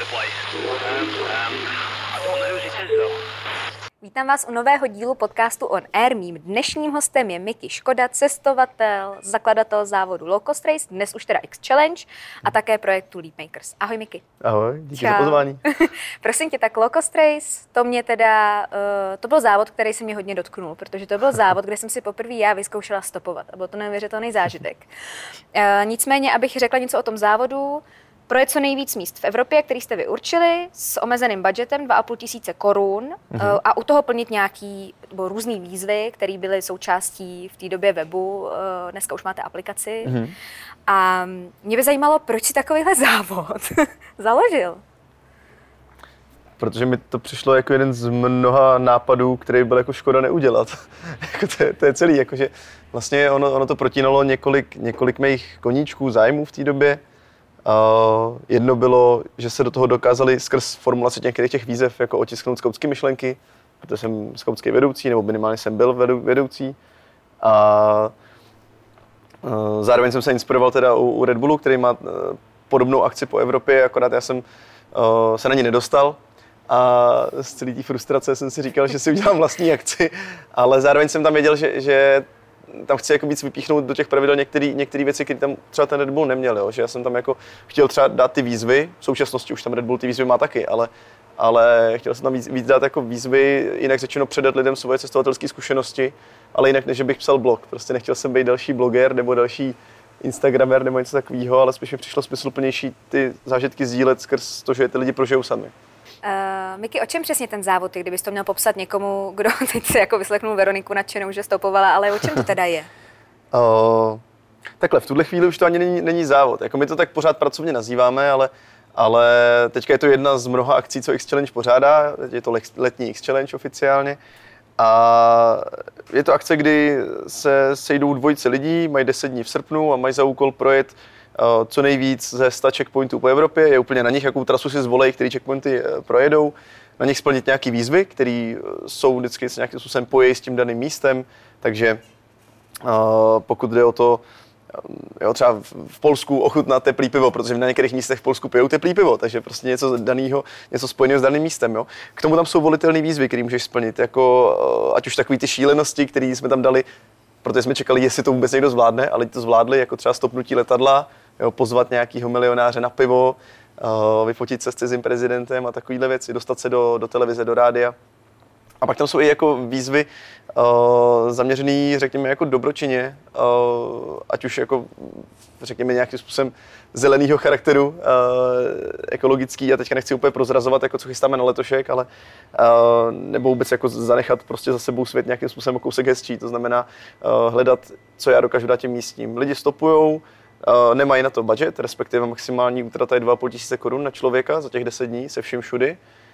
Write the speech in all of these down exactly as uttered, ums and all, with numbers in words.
Vítám vás u nového dílu podcastu On Air. Mým dnešním hostem je Miky Škoda, cestovatel, zakladatel závodu Low Cost Race, dnes už teda X Challenge a také projektu Leap Makers. Ahoj Miky. Ahoj, díky Čau. za pozvání. Prosím tě, tak Low Cost Race, to mě teda, uh, to byl závod, který se mě hodně dotknul, protože to byl závod, kde jsem si poprvé já vyzkoušela stopovat a byl to neuvěřitelný zážitek. Uh, nicméně, abych řekla něco o tom závodu, projet co nejvíc míst v Evropě, který jste vy určili, s omezeným budgetem dva a půl tisíce korun mm-hmm. a u toho plnit nějaký nebo různý výzvy, které byly součástí v té době webu. Dneska už máte aplikaci. Mm-hmm. A mě by zajímalo, proč si takovýhle závod založil? Protože mi to přišlo jako jeden z mnoha nápadů, který byl jako škoda neudělat. jako to, je, to je celý, jakože vlastně ono, ono to protínalo několik, několik mých koníčků, zájmů v té době. Uh, jedno bylo, že se do toho dokázali skrz formulaci některých těch výzev jako otisknout skautské myšlenky, protože jsem skautský vedoucí, nebo minimálně jsem byl vedou, vedoucí. A uh, zároveň jsem se inspiroval teda u, u Red Bullu, který má uh, podobnou akci po Evropě, akorát já jsem uh, se na ní nedostal. A z celé té frustrace jsem si říkal, že si udělám vlastní akci, ale zároveň jsem tam věděl, že, že tam chci jako víc vypíchnout do těch pravidel některé věci, které tam třeba ten Red Bull neměl, jo? Že já jsem tam jako chtěl třeba dát ty výzvy, v současnosti už tam Red Bull ty výzvy má taky, ale, ale chtěl jsem tam víc, víc dát jako výzvy, jinak řečeno předat lidem svoje cestovatelské zkušenosti, ale jinak než že bych psal blog, prostě nechtěl jsem být další bloger nebo další instagramer nebo něco takového, ale spíš mi přišlo smysluplnější ty zážitky sdílet skrz to, že je ty lidi prožijou sami. Uh, Miky, o čem přesně ten závod je, kdybys to měl popsat někomu, kdo teď si jako vyslechnul Veroniku nadšenou, že stopovala, ale o čem to teda je? Uh, takhle, v tuhle chvíli už to ani není, není závod. Jako my to tak pořád pracovně nazýváme, ale, ale teďka je to jedna z mnoha akcí, co X Challenge pořádá. Je to letní X Challenge oficiálně. A je to akce, kdy se sejdou dvojice lidí, mají deset dní v srpnu a mají za úkol projet co nejvíc ze sta checkpointů po Evropě. Je úplně na nich, jakou trasu si zvolej, který checkpointy projedou. Na nich splnit nějaký výzvy, které jsou vždycky s nějakým způsobem pojejí s tím daným místem. Takže pokud jde o to, jo, třeba v Polsku ochutnat teplý pivo, protože na některých místech v Polsku pijou teplý pivo, takže prostě něco daného, něco spojeného s daným místem. Jo. K tomu tam jsou volitelné výzvy, které můžeš splnit, jako ať už takový ty šílenosti, které jsme tam dali, protože jsme čekali, jestli to vůbec někdo zvládne, ale to zvládli, jako třeba stopnutí letadla, jo, pozvat nějakého milionáře na pivo, uh, vyfotit se s cizím prezidentem a takovýhle věci, dostat se do, do televize, do rádia. A pak tam jsou i jako výzvy uh, zaměřené, řekněme, jako dobročinně, uh, ať už jako, řekněme, nějakým způsobem zeleného charakteru, uh, ekologický. Já teďka nechci úplně prozrazovat, jako co chystáme na letošek, ale uh, nebo vůbec jako zanechat prostě za sebou svět nějakým způsobem o kousek hezčí. To znamená uh, hledat, co já dokážu dát těm místním. Lidi stopujou, uh, nemají na to budget, respektive maximální útrata je dva a půl tisíce korun na člověka za těch deset dní se vším všudy.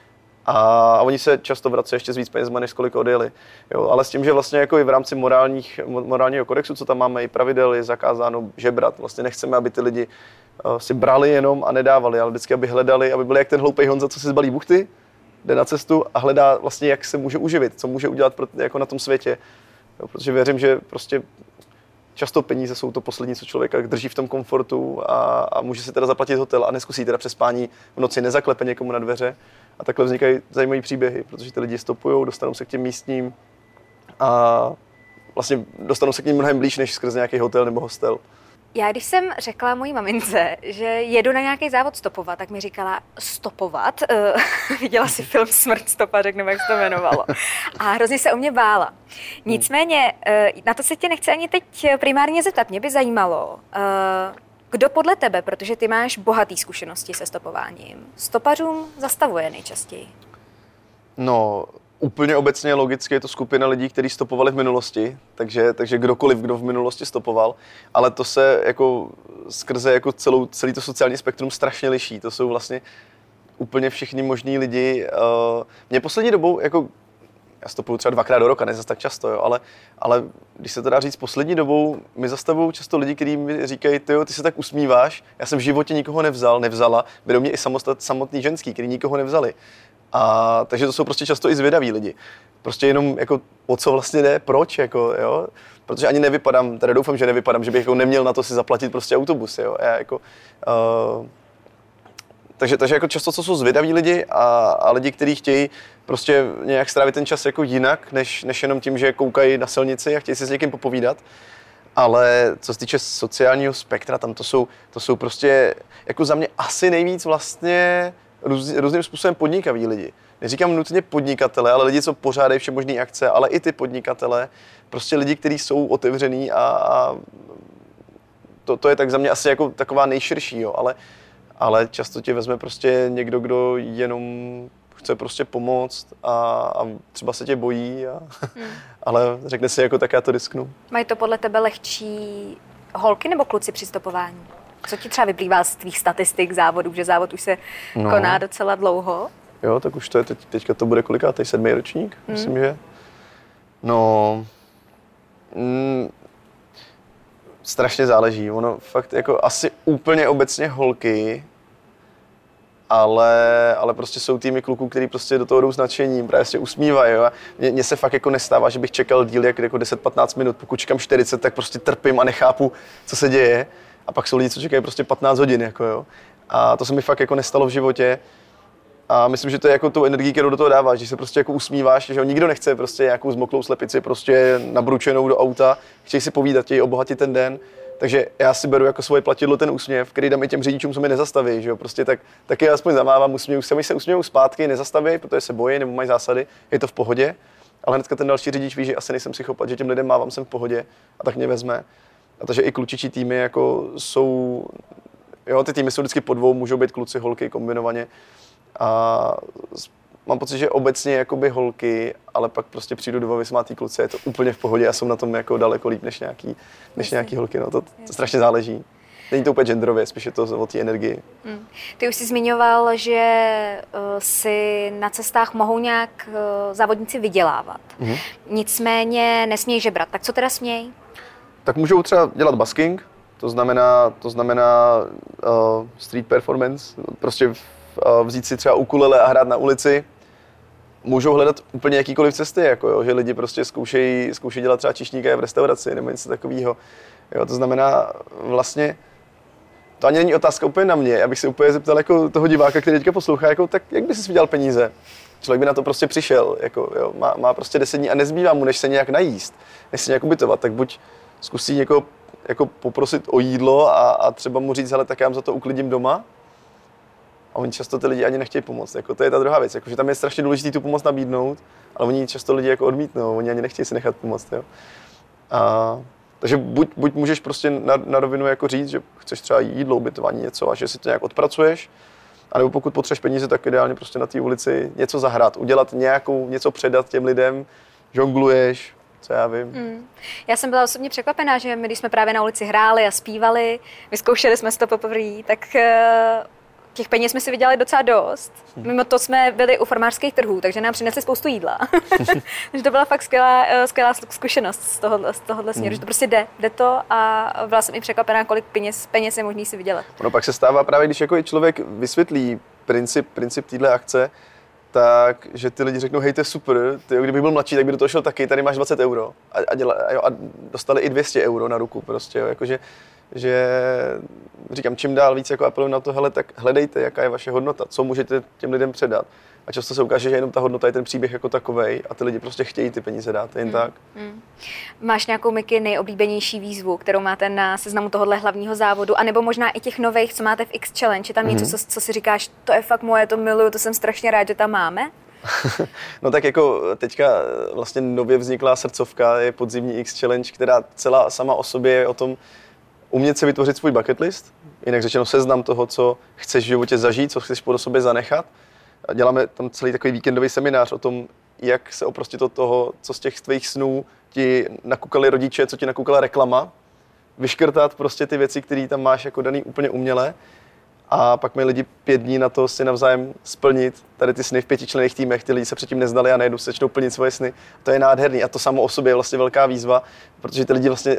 A oni se často vrací ještě s víc penězma, než kolik odjeli. Jo, ale s tím, že vlastně jako i v rámci morálních, morálního kodexu, co tam máme, i pravidel, je zakázáno žebrat. Vlastně nechceme, aby ty lidi uh, si brali jenom a nedávali, ale vždycky, aby hledali, aby byli jak ten hloupej Honza, co si zbalí buchty, jde na cestu a hledá vlastně, jak se může uživit, co může udělat pro, jako na tom světě. Jo, protože věřím, že prostě často peníze jsou to poslední, co člověka drží v tom komfortu a, a může si teda zaplatit hotel a neskusí teda přespání v noci, nezaklepe někomu na dveře. A takhle vznikají zajímavé příběhy, protože ty lidi stopujou, dostanou se k těm místním a vlastně dostanou se k ním mnohem blíž, než skrz nějaký hotel nebo hostel. Já když jsem řekla mojí mamince, že jedu na nějaký závod stopovat, tak mi říkala stopovat. Uh, viděla si film Smrt stopařek, nebo jak se to jmenovalo. A hrozně se o mě bála. Nicméně, uh, na to se tě nechci ani teď primárně zeptat. Mě by zajímalo, uh, kdo podle tebe, protože ty máš bohatý zkušenosti se stopováním, stopařům zastavuje nejčastěji? No, úplně obecně logicky je to skupina lidí, kteří stopovali v minulosti, takže, takže kdokoliv, kdo v minulosti stopoval, ale to se jako skrze jako celou, celý to sociální spektrum strašně liší. To jsou vlastně úplně všichni možní lidi. Mě poslední dobou, jako já stopuju třeba dvakrát do roka, ne zase tak často, jo, ale, ale když se to dá říct, poslední dobou mi zastavují často lidi, kteří mi říkají, tyjo, ty se tak usmíváš, já jsem v životě nikoho nevzal, nevzala, vedou mě i samostat, samotný ženský, kteří nikoho nevzali. A takže to jsou prostě často i zvědaví lidi. Prostě jenom jako o co vlastně jde, proč, jako, jo? Protože ani nevypadám, teda doufám, že nevypadám, že bych jako neměl na to si zaplatit prostě autobus, jo? Já jako, uh, takže, takže jako často, co jsou zvědaví lidi a, a lidi, kteří chtějí prostě nějak strávit ten čas jako jinak, než, než jenom tím, že koukají na silnici a chtějí si s někým popovídat. Ale co se týče sociálního spektra, tam to jsou, to jsou prostě jako za mě asi nejvíc vlastně růz, různým způsobem podnikaví lidi. Neříkám nutně podnikatele, ale lidi, co pořádají všemožné akce, ale i ty podnikatele, prostě lidi, kteří jsou otevřený a, a to, to je tak za mě asi jako taková nejširší, jo, ale, ale často tě vezme prostě někdo, kdo jenom chce prostě pomoct a, a třeba se tě bojí, a, hmm. ale řekne si jako tak já to risknu. Mají to podle tebe lehčí holky nebo kluci při stopování? Co ti třeba vyplývá z tvých statistik závodů, že závod už se no. koná docela dlouho? Jo, tak už to je teď, teďka to bude kolikátej, sedmý ročník, hmm. myslím, že. No, mm, strašně záleží, ono fakt jako asi úplně obecně holky, ale, ale prostě jsou týmy kluků, který prostě do toho jdou s nadšením, právě se usmívají, jo. Mně, mně se fakt jako nestává, že bych čekal díl jak jako deset patnáct minut, pokud čekám čtyřicet, tak prostě trpím a nechápu, co se děje. A pak jsou lidi, co čekají prostě patnáct hodin, jako jo. A to se mi fakt jako nestalo v životě. A myslím, že to je jako tou energií, kterou do toho dáváš, že se prostě jako usmíváš, že nikdo nechce prostě nějakou zmoklou slepici prostě nabručenou do auta, chtějí si povídat, chtějí obohatit ten den. Takže já si beru jako svoje platidlo ten úsměv, který dám i těm řidičům, co mi nezastaví, že jo, prostě tak, tak je aspoň zamávám, usměju se, se usmějou zpátky, nezastaví, protože se bojí nebo mají zásady, je to v pohodě, ale hnedka ten další řidič ví, že asi nejsem psychopat, že těm lidem mávám, jsem v pohodě a tak mě vezme. A takže i klučičí týmy jako jsou, jo, ty týmy jsou vždycky po dvou, můžou být kluci, holky kombinovaně a mám pocit, že obecně jakoby holky, ale pak prostě přijdu do vysmátý kluci, je to úplně v pohodě a jsou na tom jako daleko líp než nějaký, než nějaký holky, no to, to strašně záleží. Není to úplně genderově, spíš je to o té energii. Hmm. Ty už jsi zmiňoval, že uh, si na cestách mohou nějak uh, závodníci vydělávat. Hmm. Nicméně nesmějí žebrat, tak co teda smějí? Tak můžou třeba dělat busking, to znamená, to znamená uh, street performance, prostě uh, vzít si třeba ukulele a hrát na ulici. Můžou hledat úplně jakýkoliv cesty, jako jo, že lidi prostě zkoušejí, zkoušejí dělat třeba číšníka v restauraci nebo něco takového. Jo, to znamená vlastně, to ani není otázka úplně na mě, abych se úplně zeptal jako toho diváka, který teďka poslouchá, jako, tak jak by si vydělal peníze? Člověk by na to prostě přišel, jako, jo, má, má prostě deset dní a nezbývá mu, než se nějak najíst, než se nějak ubytovat, tak buď zkusí někoho jako poprosit o jídlo a, a třeba mu říct, hele, tak já vám za to uklidím doma. A oni často ty lidi ani nechtějí pomoct, jako, to je ta druhá věc, jako, že tam je strašně důležité tu pomoc nabídnout, ale oni často lidi jako odmítnou, oni ani nechtějí si nechat pomoct. Jo. A, takže buď, buď můžeš prostě na, na rovinu jako říct, že chceš třeba jídlo, ubytování, něco a že si to nějak odpracuješ, anebo pokud potřebuješ peníze, tak ideálně prostě na té ulici něco zahrát, udělat nějakou, něco předat těm lidem, žongluješ, co já vím. Hmm. Já jsem byla osobně překvapená, že my, když jsme právě na ulici hráli a zpívali, vyzkoušeli jsme si to poprvé, tak uh, těch peněz jsme si vydělali docela dost. Hmm. Mimo to jsme byli u farmářských trhů, takže nám přinesli spoustu jídla. Takže to byla fakt skvělá, skvělá zkušenost z tohohle, z tohohle směru, hmm. že to prostě jde, jde to a byla jsem i překvapená, kolik peněz, peněz je možný si vydělat. No pak se stává právě, když jako člověk vysvětlí princip, princip téhle akce, tak, že ty lidi řeknou, hej, to je super, ty, kdybych byl mladší, tak by do toho šel taky, tady máš dvacet euro. A, a, děla, a, jo, a dostali i dvě stě euro na ruku prostě, jo, jakože, že říkám, čím dál víc jako apeluji na to, hele, tak hledejte, jaká je vaše hodnota, co můžete těm lidem předat. A často se ukáže, že jenom ta hodnota je ten příběh jako takovej a ty lidi prostě chtějí ty peníze dát, jen mm, tak. Mm. Máš nějakou, Miky, nejoblíbenější výzvu, kterou máte na seznamu tohohle hlavního závodu, anebo možná i těch nových, co máte v X Challenge, je tam mm. něco, co, co si říkáš, to je fakt moje, to miluju, to jsem strašně rád, že tam máme? No tak jako teďka vlastně nově vzniklá srdcovka, je podzimní X Challenge, která celá sama o sobě je o tom umět si vytvořit svůj bucket list, jinak řečeno seznam toho, co chceš v životě zažít, co chceš po sobě zanechat. Děláme tam celý takový víkendový seminář o tom, jak se oprostit od toho, co z těch tvých snů ti nakukali rodiče, co ti nakukala reklama, vyškrtat prostě ty věci, které tam máš jako daný úplně uměle a pak mají lidi pět dní na to si navzájem splnit tady ty sny v pětičlenných týmech, ty lidi se předtím neznali a najednou se začnou plnit svoje sny. To je nádherný a to samo o sobě je vlastně velká výzva, protože ty lidi vlastně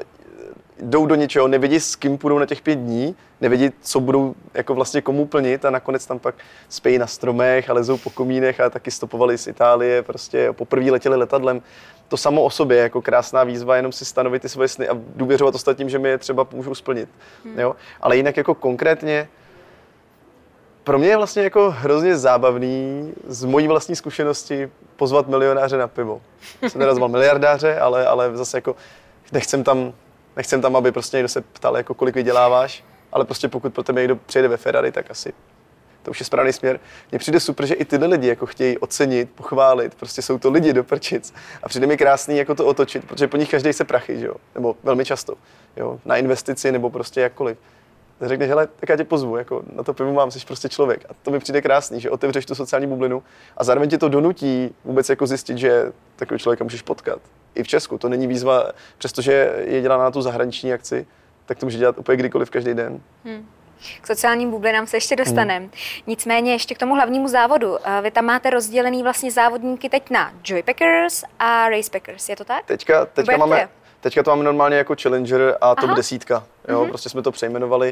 jdou do něčeho, nevědí, s kým půjdou na těch pět dní, nevědí, co budou jako vlastně komu plnit a nakonec tam pak spějí na stromech a lezou po komínech a taky stopovali z Itálie, prostě poprvé letěli letadlem. To samo o sobě je jako krásná výzva, jenom si stanovit ty svoje sny a důvěřovat ostatním, že mi je třeba můžou splnit. Hmm. Jo? Ale jinak jako konkrétně pro mě je vlastně jako hrozně zábavný z mojí vlastní zkušenosti pozvat milionáře na pivo. Jsem nerazval miliardáře, ale, ale zase jako nechcem tam, nechcem tam, aby prostě někdo se ptal, jako kolik vyděláváš, ale prostě pokud pro tebe někdo přijede ve Ferrari, tak asi to už je správný směr. Mně přijde super, že i tyhle lidi jako chtějí ocenit, pochválit, prostě jsou to lidi do prčic. A přijde mi krásný jako to otočit, protože po nich každý se prachy, že jo? Nebo velmi často, jo? Na investici nebo prostě jakkoliv. Řekneš, hele, tak já tě pozvu, jako na to pivo mám, jsi prostě člověk. A to mi přijde krásný, že otevřeš tu sociální bublinu a zároveň tě to donutí vůbec jako zjistit, že takového člověka můžeš potkat. I v Česku, to není výzva, přestože je dělána na tu zahraniční akci, tak to může dělat úplně kdykoliv, každý den. Hmm. K sociálním bublinám se ještě dostaneme. Hmm. Nicméně ještě k tomu hlavnímu závodu. Vy tam máte rozdělený vlastně závodníky teď na Joypackers a Racepackers, je to tak? Teďka, teďka máme... Teďka to máme normálně jako Challenger a top desítka, jo, mm-hmm. prostě jsme to přejmenovali.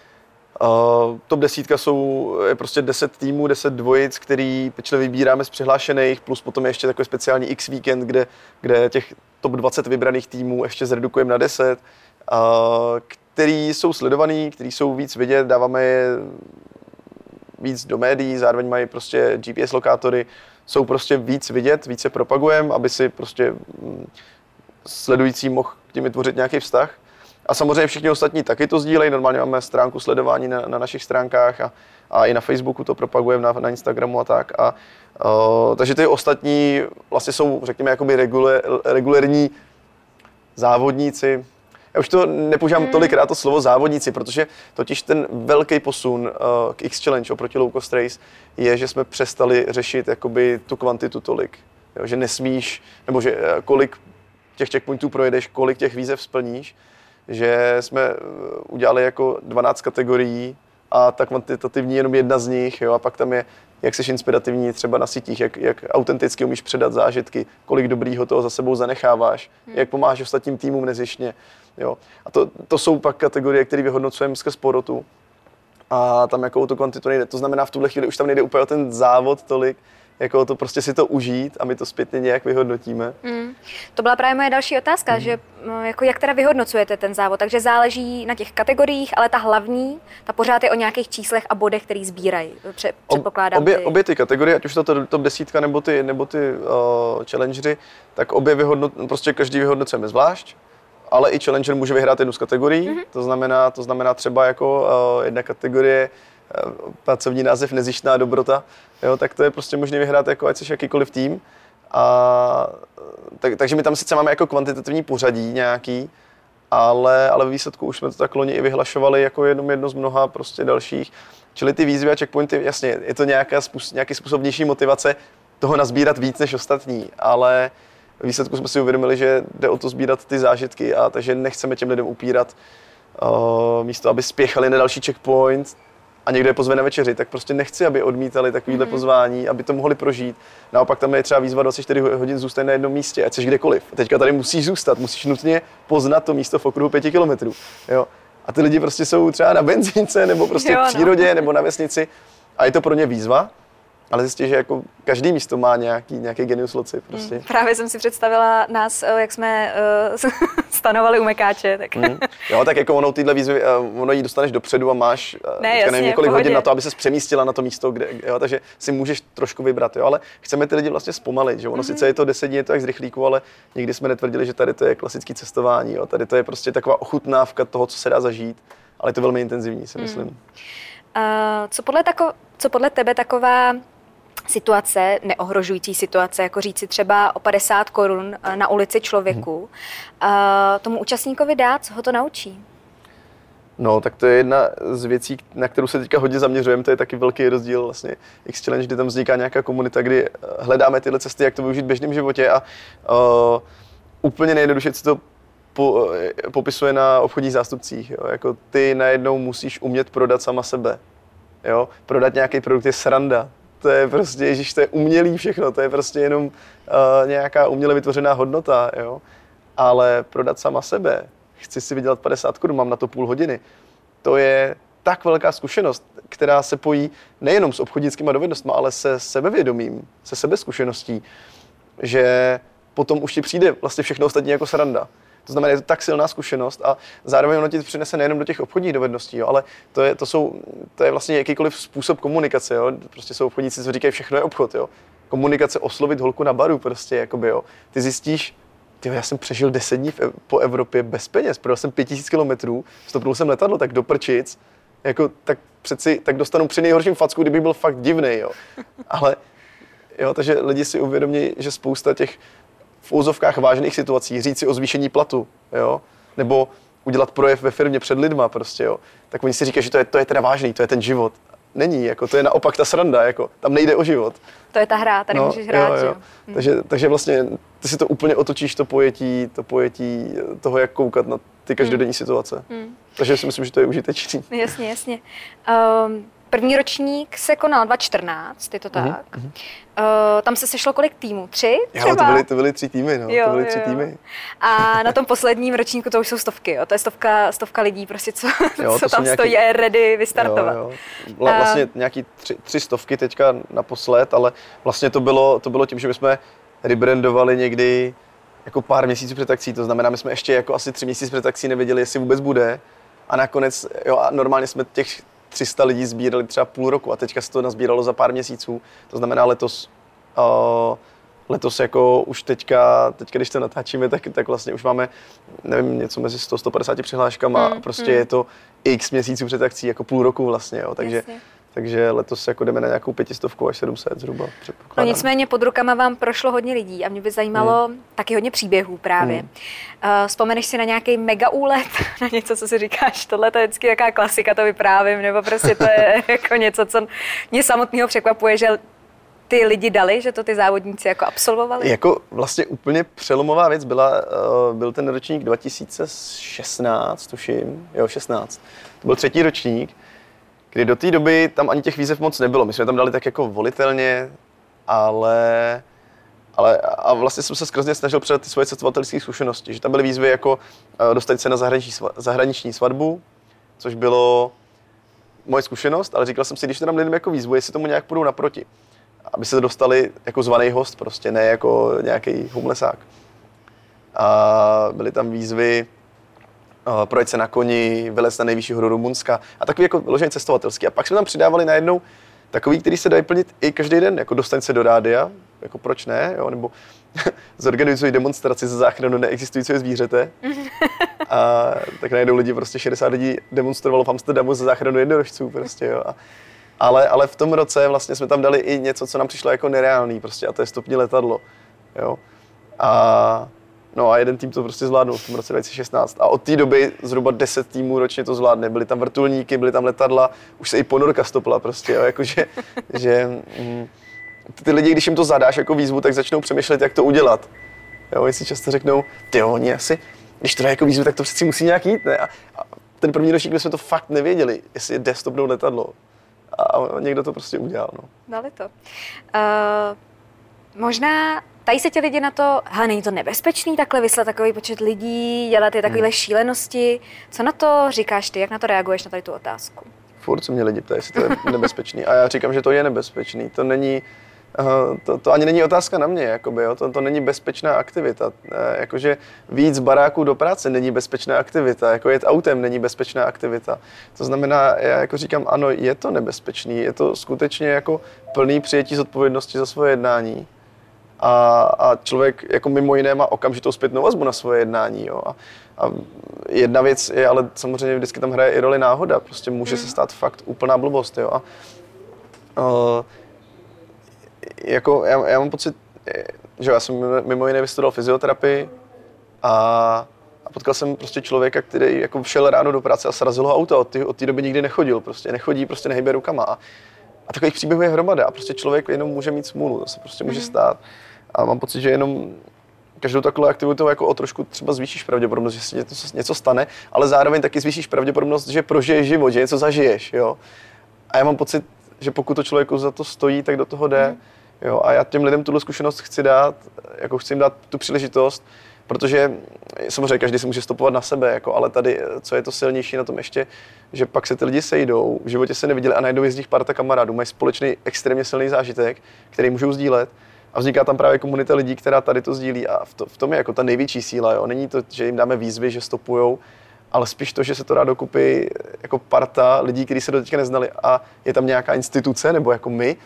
Uh, top desítka jsou je prostě deset týmů, deset dvojic, který pečlivě vybíráme z přihlášených, plus potom je ještě takový speciální X víkend, kde, kde těch top dvacet vybraných týmů ještě zredukujeme na deset, uh, který jsou sledovaný, který jsou víc vidět, dáváme je víc do médií, zároveň mají prostě G P S lokátory, jsou prostě víc vidět, více propagujeme, aby si prostě sledující mohl k tím vytvořit nějaký vztah. A samozřejmě všichni ostatní taky to sdílejí, normálně máme stránku sledování na, na našich stránkách a, a i na Facebooku to propagujeme, na, na Instagramu a tak. A, uh, takže ty ostatní vlastně jsou, řekněme, jakoby regulér, regulérní závodníci. Já už to nepoužívám hmm. tolikrát to slovo závodníci, protože totiž ten velký posun uh, k X-Challenge oproti Low Cost Race je, že jsme přestali řešit jakoby tu kvantitu tolik. Jo, že nesmíš, nebo že uh, kolik těch checkpointů projedeš, kolik těch výzev splníš, že jsme udělali jako dvanáct kategorií a ta kvantitativní je jenom jedna z nich, jo, a pak tam je, jak jsi inspirativní třeba na sítích, jak, jak autenticky umíš předat zážitky, kolik dobrýho toho za sebou zanecháváš, hmm. jak pomáháš ostatním týmům nezištně, jo. A to, to jsou pak kategorie, které vyhodnocujeme skrz porotu a tam jako o tu kvantitu nejde. To znamená, v tuhle chvíli už tam nejde úplně o ten závod tolik, jako to prostě si to užít a my to zpětně nějak vyhodnotíme. Mm. To byla právě moje další otázka, mm. že jako jak teda vyhodnocujete ten závod, takže záleží na těch kategoriích, ale ta hlavní, ta pořád je o nějakých číslech a bodech, který sbírají, předpokládám. Obě, ty... obě ty kategorie, ať už to top desítka nebo ty, nebo ty uh, challengery, tak obě vyhodnot, prostě každý vyhodnocujeme zvlášť, ale i challenger může vyhrát jednu z kategorií, mm-hmm. to znamená, to znamená třeba jako uh, jedna kategorie pracovní název Nezištná dobrota, jo, tak to je prostě možné vyhrát jako ať jsi jakýkoliv tým. A, tak, takže my tam sice máme jako kvantitativní pořadí nějaký, ale, ale ve výsledku už jsme to tak loni i vyhlašovali jako jenom jedno z mnoha prostě dalších. Čili ty výzvy a checkpointy, jasně, je to nějaká způsob, nějaký způsobnější motivace toho nazbírat víc než ostatní, ale ve výsledku jsme si uvědomili, že jde o to sbírat ty zážitky a takže nechceme těm lidem upírat uh, místo, aby spěchali na další checkpoint, a někdo je pozve na večeři, tak prostě nechci, aby odmítali takovýhle mm-hmm. pozvání, aby to mohli prožít. Naopak tam je třeba výzva dvacet čtyři hodin zůstat na jednom místě, ať jsi kdekoliv. A teďka tady musíš zůstat, musíš nutně poznat to místo v okruhu pěti kilometrů. Jo? A ty lidi prostě jsou třeba na benzínce, nebo prostě jo, v přírodě, no. nebo na vesnici a je to pro ně výzva. Ale zjistí, že jako každý místo má nějaký, nějaký genius loci prostě. Mm, právě jsem si představila nás, jak jsme uh, stanovali u Mekáče. Tak. Mm. Jo, tak jako ono tyhle výzvy, uh, ono jí dostaneš dopředu a máš uh, ne, jasně, nevím, několik hodin na to, aby ses přemístila na to místo, kde, jo, takže si můžeš trošku vybrat, jo, ale chceme ty lidi vlastně zpomalit, že ono mm-hmm. sice je to deset dní, je to jak z rychlíku, ale nikdy jsme netvrdili, že tady to je klasický cestování, jo, tady to je prostě taková ochutnávka toho, co se dá zažít, ale je to velmi intenzivní, si myslím. Mm. Uh, co, podle tako, co podle tebe taková situace, neohrožující situace, jako říci třeba o padesát korun na ulici člověku, hmm. tomu účastníkovi dát, co ho to naučí? No, tak to je jedna z věcí, na kterou se teďka hodně zaměřujeme, to je taky velký rozdíl vlastně X-Challenge, kdy tam vzniká nějaká komunita, kdy hledáme tyhle cesty, jak to využít v běžném životě a uh, úplně nejjednoduše se to po, popisuje na obchodních zástupcích, jo? Jako ty najednou musíš umět prodat sama sebe, jo? Prodat nějaký produkt je sranda. To je prostě, ježiš, to je umělý všechno, to je prostě jenom uh, nějaká uměle vytvořená hodnota, jo. Ale prodat sama sebe, chci si vydělat padesát korun, mám na to půl hodiny, to je tak velká zkušenost, která se pojí nejenom s obchodnickýma dovednostmi, ale se sebevědomím, se sebezkušeností, že potom už ti přijde vlastně všechno ostatní jako sranda. To znamená, je to tak silná zkušenost a zároveň ono ti přinese nejenom do těch obchodních dovedností, jo, ale to je, to, jsou, to je vlastně jakýkoliv způsob komunikace. Jo. Prostě jsou obchodníci, co říkají, všechno je obchod. Jo. Komunikace, oslovit holku na baru, prostě, jakoby, jo. Ty zjistíš, tyjo, já jsem přežil deset dní v, po Evropě bez peněz, projel jsem pět tisíc kilometrů, stopnul jsem letadlo, tak do prčic, jako, tak přeci, tak dostanu při nejhorším facku, kdyby byl fakt divnej, jo. Ale, jo, takže lidi si uvědomí, že spousta těch v úzovkách vážných situací, říct si o zvýšení platu, jo, nebo udělat projev ve firmě před lidma, prostě, jo, tak oni si říkají, že to je, to je teda vážný, to je ten život. Není, jako, to je naopak ta sranda, jako, tam nejde o život. To je ta hra, tady no, můžeš hrát, jo, jo. jo. Hmm. Takže, takže vlastně ty si to úplně otočíš, to pojetí, to pojetí toho, jak koukat na ty každodenní hmm. situace. Hmm. Takže si myslím, že to je užitečný. Jasně, jasně. Um, první ročník se konal dva tisíce čtrnáct, je to tak. Mm-hmm. Uh, tam se sešlo kolik týmů? Tři třeba? Jo, to byly, to byly tři týmy, no. Jo, to byly jo. tři týmy. A na tom posledním ročníku to už jsou stovky, jo. To je stovka, stovka lidí, prostě, co, jo, co tam nějaký, stojí a je ready vystartovat. Jo, jo. Vlastně nějaký tři, tři stovky teďka naposled, ale vlastně to bylo, to bylo tím, že my jsme rebrandovali někdy jako pár měsíců před akcí, to znamená, my jsme ještě jako asi tři měsíce před akcí nevěděli, jestli vůbec bude. A nakonec, jo, a normálně jsme těch tři sta lidí sbírali třeba půl roku a teďka se to nazbíralo za pár měsíců. To znamená letos, uh, letos jako už teďka, teďka když to natáčíme, tak, tak vlastně už máme, nevím, něco mezi sto a sto padesát přihláškama hmm, a prostě hmm. je to x měsíců před akcí, jako půl roku vlastně, jo, takže, takže letos jako jdeme na nějakou pětistovku až sedm set zhruba. No nicméně pod rukama vám prošlo hodně lidí a mě by zajímalo hmm. taky hodně příběhů právě. Hmm. Uh, vzpomeneš si na nějaký mega úlet, na něco, co si říkáš, tohle to je vždycky jaká klasika, to vyprávím, nebo prostě to je jako něco, co mě samotného překvapuje, že ty lidi dali, že to ty závodníci jako absolvovali? Jako vlastně úplně přelomová věc byla, uh, byl ten ročník dva tisíce šestnáct, tuším, jo, šestnáct. To byl třetí ročník, kdy do té doby tam ani těch výzev moc nebylo. My jsme tam dali tak jako volitelně, ale, ale a vlastně jsem se skrze snažil předat ty svoje cestovatelské zkušenosti, že tam byly výzvy jako uh, dostat se na zahraniční, zahraniční svatbu, což bylo moje zkušenost, ale říkal jsem si, když to dám lidem jako výzvu, jestli tomu nějak půjdou naproti. Aby se dostali jako zvaný host prostě, ne jako nějaký homelessák. A byly tam výzvy uh, projet se na koni, vylézt na nejvyšší horu Rumunska a takový jako vyložený cestovatelský. A pak jsme tam přidávali najednou takový, který se dají plnit i každý den, jako dostaň se do rádia, jako proč ne, jo, nebo zorganizují demonstraci za záchranu neexistujícího zvířete. A tak najednou lidi, prostě šedesát lidí demonstrovalo v Amsterdamu za záchranu jednorožců prostě, jo. A, Ale, ale v tom roce vlastně jsme tam dali i něco, co nám přišlo jako nereálný prostě, a to je stopní letadlo, jo. A, no a jeden tým to prostě zvládnul v tom roce dva tisíce šestnáct a od té doby zhruba deset týmů ročně to zvládne. Byly tam vrtulníky, byly tam letadla, už se i ponorka stopla prostě, jo, jakože, že mm, ty lidi, když jim to zadáš jako výzvu, tak začnou přemýšlet, jak to udělat. Jo, oni si často řeknou, tyjo, oni asi, když to dají jako výzvu, tak to přeci musí nějak jít, ne? A, a ten první ročník, my jsme to fakt nevěděli, jestli jde stopnout letadlo. A někdo to prostě udělal, no. Dali to. Uh, možná tady se ti lidi na to, hele, není to nebezpečný takhle vyslat takový počet lidí, dělat ty takovéhle hmm. šílenosti. Co na to říkáš ty, jak na to reaguješ na tady tu otázku? Furt se mě lidi ptají, jestli to je nebezpečný a já říkám, že to je nebezpečný. To není, uh, to, to ani není otázka na mě, jakoby, jo? To, to není bezpečná aktivita. Uh, jakože víc baráků do práce není bezpečná aktivita, jako jet autem není bezpečná aktivita. To znamená, já jako říkám, ano, je to nebezpečný, je to skutečně jako plný přijetí zodpovědnosti za svoje jednání. A, a člověk jako mimo jiné má okamžitou zpětnou vazbu na svoje jednání. Jo? A, a jedna věc je, ale samozřejmě vždycky tam hraje i roli náhoda. Prostě může mm. se stát fakt úplná blbost. Jo? A, uh, jako já, já mám pocit, že já jsem mimo jiné vystudoval fyzioterapii a, a potkal jsem prostě člověka, který jako šel ráno do práce a srazil ho auto. Od té od té doby nikdy nechodil. Prostě nechodí, prostě nehybe rukama. A, a takových příběhů je hromada. A prostě člověk jenom může mít smůlu. To se prostě může stát. A mám pocit, že jenom každou takovou aktivitou jako o trošku třeba zvýšíš pravděpodobnost, že se něco, něco stane, ale zároveň taky zvýšíš pravděpodobnost, že prožiješ život, že něco zažiješ, jo. A já mám pocit, že pokud to člověku za to stojí, tak do toho jde, mm. jo. A já těm lidem tuhle zkušenost chci dát, jako chci jim dát tu příležitost, protože samozřejmě každý se může stopovat na sebe, jako, ale tady, co je to silnější na tom ještě, že pak se ty lidi sejdou, v životě se neviděli a najednou je z nich parta kamarádů, mají společný extrémně silný zážitek, který můžou sdílet. A vzniká tam právě komunita lidí, která tady to sdílí a v, to, v tom je jako ta největší síla. Jo. Není to, že jim dáme výzvy, že stopujou, ale spíš to, že se to dá dokupy jako parta lidí, kteří se do teďka neznali a je tam nějaká instituce, nebo jako my,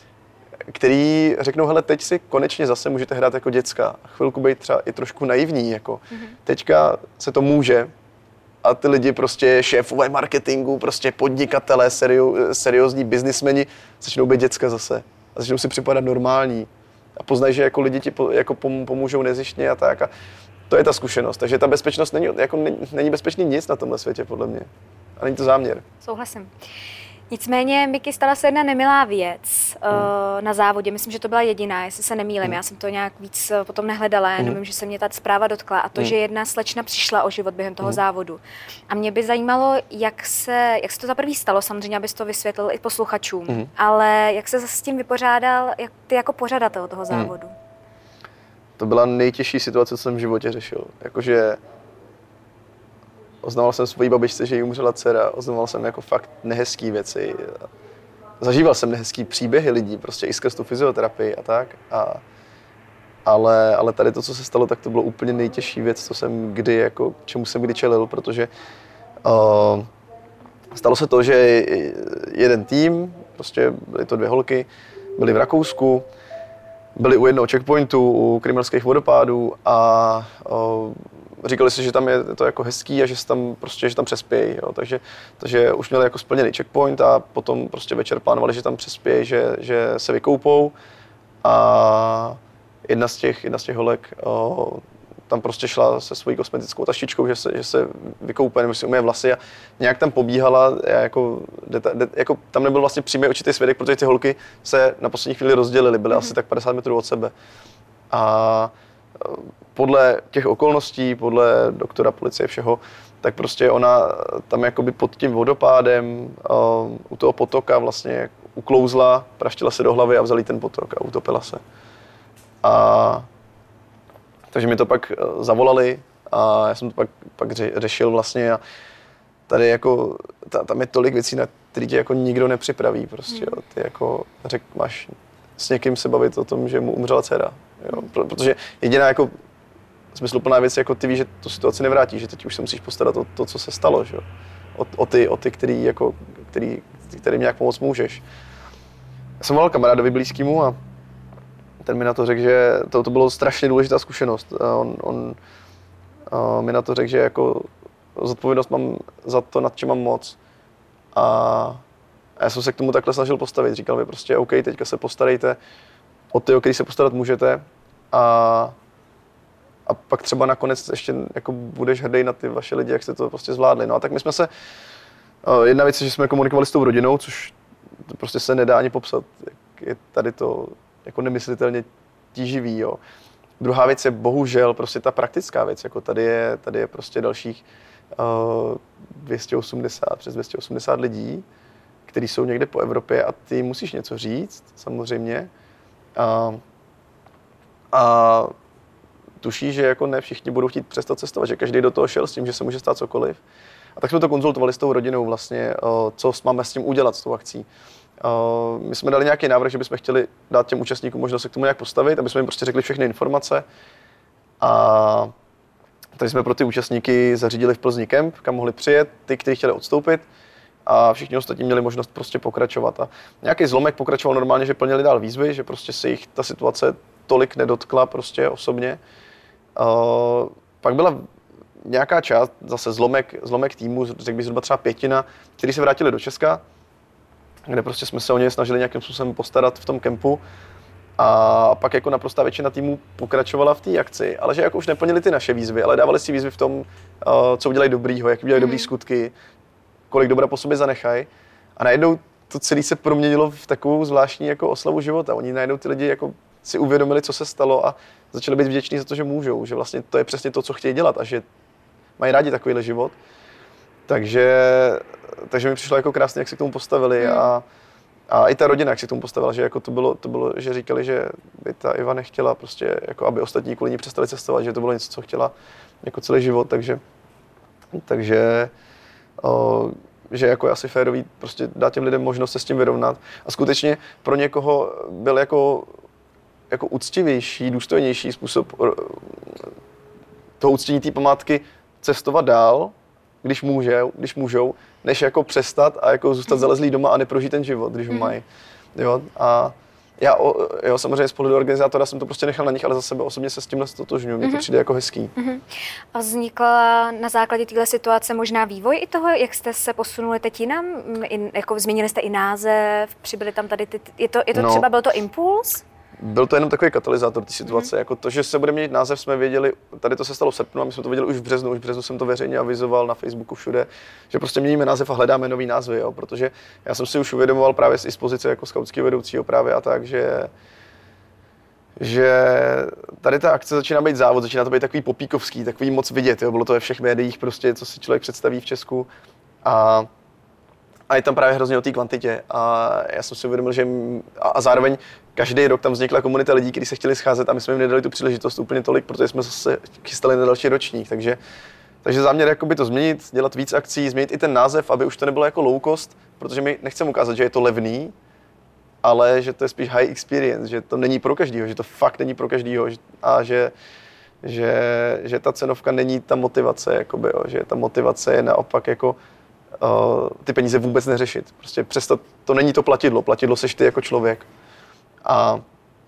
který řeknou, hele, teď si konečně zase můžete hrát jako děcka a chvilku být třeba i trošku naivní, jako mm-hmm. teďka se to může a ty lidi prostě šéfové marketingu, prostě podnikatelé, serio, seriózní biznismeni začnou být děcka zase a začnou si připadat normální a poznají, že jako lidi ti po, jako pomůžou nezištně a tak a to je ta zkušenost, takže ta bezpečnost není, jako není, není bezpečný nic na tomhle světě, podle mě. A není to záměr. Souhlasím. Nicméně, Miky, stala se jedna nemilá věc hmm. uh, na závodě. Myslím, že to byla jediná, jestli se nemýlím. Hmm. Já jsem to nějak víc uh, potom nehledala, jenom hmm. vím, že se mě ta zpráva dotkla. A to, hmm. že jedna slečna přišla o život během toho hmm. závodu. A mě by zajímalo, jak se, jak se to za prvý stalo, samozřejmě, abys to vysvětlil i posluchačům. Hmm. Ale jak se s tím vypořádal jak ty jako pořadatel toho závodu? Hmm. To byla nejtěžší situace, co jsem v životě řešil. Jakože oznamoval jsem svojí babičce, že jí umřela dcera, oznamoval jsem jako fakt nehezký věci. Zažíval jsem nehezký příběhy lidí, prostě i skrz tu fyzioterapii a tak. A, ale, ale tady to, co se stalo, tak to bylo úplně nejtěžší věc, co jsem kdy, jako, čemu jsem kdy čelil, protože uh, stalo se to, že jeden tým, prostě byly to dvě holky, byly v Rakousku, byli u jednoho checkpointu, u Krymelských vodopádů a uh, říkali si, že tam je to jako hezký a že tam prostě, že tam přespějí, jo. Takže, takže už měli jako splněný checkpoint a potom prostě večer plánovali, že tam přespějí, že, že se vykoupou a jedna z těch, jedna z těch holek o, tam prostě šla se svojí kosmetickou taštičkou, že se, že se vykoupe, nebo si umyje vlasy a nějak tam pobíhala, jako, deta, de, jako tam nebyl vlastně přímý určitý svědek, protože ty holky se na poslední chvíli rozdělily, byly mm-hmm. asi tak padesát metrů od sebe. A podle těch okolností, podle doktora, policie, všeho, tak prostě ona tam jakoby pod tím vodopádem uh, u toho potoka vlastně uklouzla, praštila se do hlavy a vzali ten potok a utopila se. A takže mi to pak zavolali a já jsem to pak, pak řešil vlastně a tady jako, ta, tam je tolik věcí, na které tě jako nikdo nepřipraví prostě, jo. Ty jako řek, máš s někým se bavit o tom, že mu umřela dcera, jo. Protože jediná jako smysluplná věc, jako ty víš, že tu situaci nevrátí, že teď už se musíš postarat o to, co se stalo, že? O, o ty, o ty který, jako, který, kterým nějak pomoct můžeš. Já jsem volal kamarádovi blízkému a ten mi na to řekl, že to, to bylo strašně důležitá zkušenost. A on, on a mi na to řekl, že jako zodpovědnost mám za to, nad čím mám moc. A, a já jsem se k tomu takhle snažil postavit. Říkal mi prostě, OK, teďka se postarejte o ty, o který se postarat můžete. A A pak třeba nakonec ještě jako budeš hrdý na ty vaše lidi, jak jste to prostě zvládli. No a tak my jsme se, jedna věc je, že jsme komunikovali s tou rodinou, což prostě se nedá ani popsat, jak je tady to jako nemyslitelně tíživý, jo. Druhá věc je bohužel prostě ta praktická věc, jako tady je, tady je prostě dalších uh, dvě stě osmdesát, přes dvě stě osmdesát lidí, kteří jsou někde po Evropě a ty musíš něco říct, samozřejmě. Uh, a tuší, že jako ne všichni budou chtít přestat cestovat, že každý do toho šel s tím, že se může stát cokoliv. A tak jsme to konzultovali s tou rodinou vlastně, co máme s tím udělat, s tou akcí. My jsme dali nějaký návrh, že bychom chtěli dát těm účastníkům možnost se k tomu nějak postavit, aby jsme jim prostě řekli všechny informace. A tady jsme pro ty účastníky zařídili v Plzni kemp, kam mohli přijet, ty, kteří chtěli odstoupit. A všichni ostatní měli možnost prostě pokračovat. A nějaký zlomek pokračoval normálně, že plnili dál výzvy, že prostě se jich ta situace tolik nedotkla prostě osobně. Uh, pak byla nějaká část, zase zlomek, zlomek týmu, řekl bych zhruba třeba pětina, kteří se vrátili do Česka, kde prostě jsme se o ně snažili nějakým způsobem postarat v tom kempu. A pak jako naprostá většina týmu pokračovala v té akci, ale že jako už neplnili ty naše výzvy, ale dávali si výzvy v tom, uh, co udělají dobrýho, jak udělají mm. dobrý skutky, kolik dobra po sobě zanechají. A najednou to celé se proměnilo v takovou zvláštní jako oslavu života. Oni najednou ty lidi jako si uvědomili, co se stalo a začali být vděční za to, že můžou, že vlastně to je přesně to, co chtějí dělat a že mají rádi takovýhle život. Takže, takže mi přišlo jako krásně, jak se k tomu postavili mm. a, a i ta rodina, jak se k tomu postavila, že jako to bylo, to bylo, že říkali, že by ta Iva nechtěla prostě, jako aby ostatní kvůli ní přestali cestovat, že to bylo něco, co chtěla jako celý život, takže, takže o, že jako je asi férový prostě dát těm lidem možnost se s tím vyrovnat. A skutečně pro někoho byl jako jako úctivější, důstojnější způsob toho uctění té památky cestovat dál, když může, když můžou, než jako přestat a jako zůstat mm. zalezlý doma a neprožít ten život, když ho mm. mají. Jo, a já jo, samozřejmě z pohledu organizátora jsem to prostě nechal na nich, ale za sebe osobně se s tímhle stotožňuji, mně to přijde jako hezký. Mm-hmm. A vznikla na základě téhle situace možná vývoj i toho, jak jste se posunuli teď jinam? I, jako změnili jste i název, přibyli tam tady ty, je to, je to no, třeba, byl to impuls? Byl to jenom takový katalyzátor té situace, mm-hmm. jako to, že se bude měnit název, jsme věděli, tady to se stalo v srpnu a my jsme to věděli už v březnu, už v březnu jsem to veřejně avizoval na Facebooku všude, že prostě měníme název a hledáme nový názvy, jo, protože já jsem si už uvědomoval právě z pozice jako skautského vedoucího právě a tak, že že tady ta akce začíná být závod, začíná to být takový popíkovský, takový moc vidět, jo, bylo to ve všech médiích prostě, co si člověk představí v Česku a A je tam právě hrozně o té kvantitě a já jsem si uvědomil, že a, a zároveň každý rok tam vznikla komunita lidí, kteří se chtěli scházet a my jsme jim nedali tu příležitost úplně tolik, protože jsme se chystali na další ročník, takže, takže záměr jakoby to změnit, dělat víc akcí, změnit i ten název, aby už to nebylo jako low cost, protože my nechceme ukázat, že je to levný, ale že to je spíš high experience, že to není pro každýho, že to fakt není pro každýho a že, že, že ta cenovka není ta motivace, jakoby, jo, že ta motivace je naopak jako Uh, ty peníze vůbec neřešit. Prostě přestat, to není to platidlo, platidlo seš ty jako člověk. A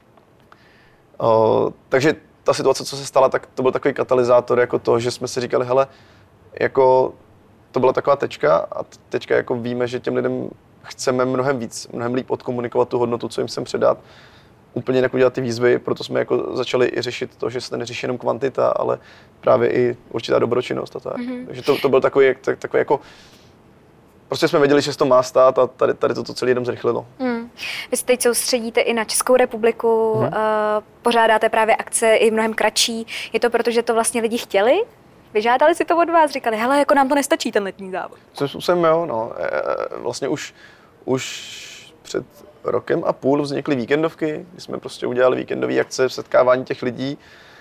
uh, takže ta situace, co se stala, tak to byl takový katalyzátor jako to, že jsme si říkali, hele, jako to byla taková tečka a teďka jako víme, že těm lidem chceme mnohem víc, mnohem líp odkomunikovat tu hodnotu, co jim chcem předat. Úplně jinak udělat ty výzvy, proto jsme jako začali i řešit to, že se neřeší jenom kvantita, ale právě i určitá dobročinnost a tak. Mm-hmm. Takže to, to byl takový, tak, takový jako prostě jsme věděli, že se to má stát a tady, tady to, to celý jenom zrychlilo. Hmm. Vy se teď soustředíte i na Českou republiku, hmm. uh, pořádáte právě akce i mnohem kratší. Je to proto, že to vlastně lidi chtěli? Vyžádali si to od vás? Říkali, hele, jako nám to nestačí ten letní závod. Co způsobem, jo, no. E, vlastně už, už před rokem a půl vznikly víkendovky, kdy jsme prostě udělali víkendové akce, setkávání těch lidí.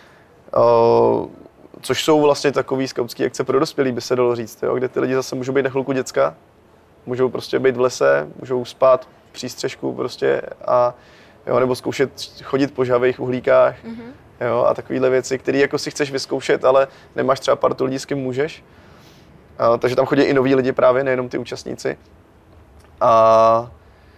Uh, což jsou vlastně takový skautský akce pro dospělí, by se dalo říct, jo, kde ty lidi zase můžou být na chvilku děcka, můžou prostě být v lese, můžou spát v přístřežku prostě a jo, nebo zkoušet chodit po žhavých uhlíkách, mm-hmm. jo, a takovéhle věci, které jako si chceš vyzkoušet, ale nemáš třeba partu lidí, s kým můžeš. A, takže tam chodí i noví lidi právě, nejenom ty účastníci. A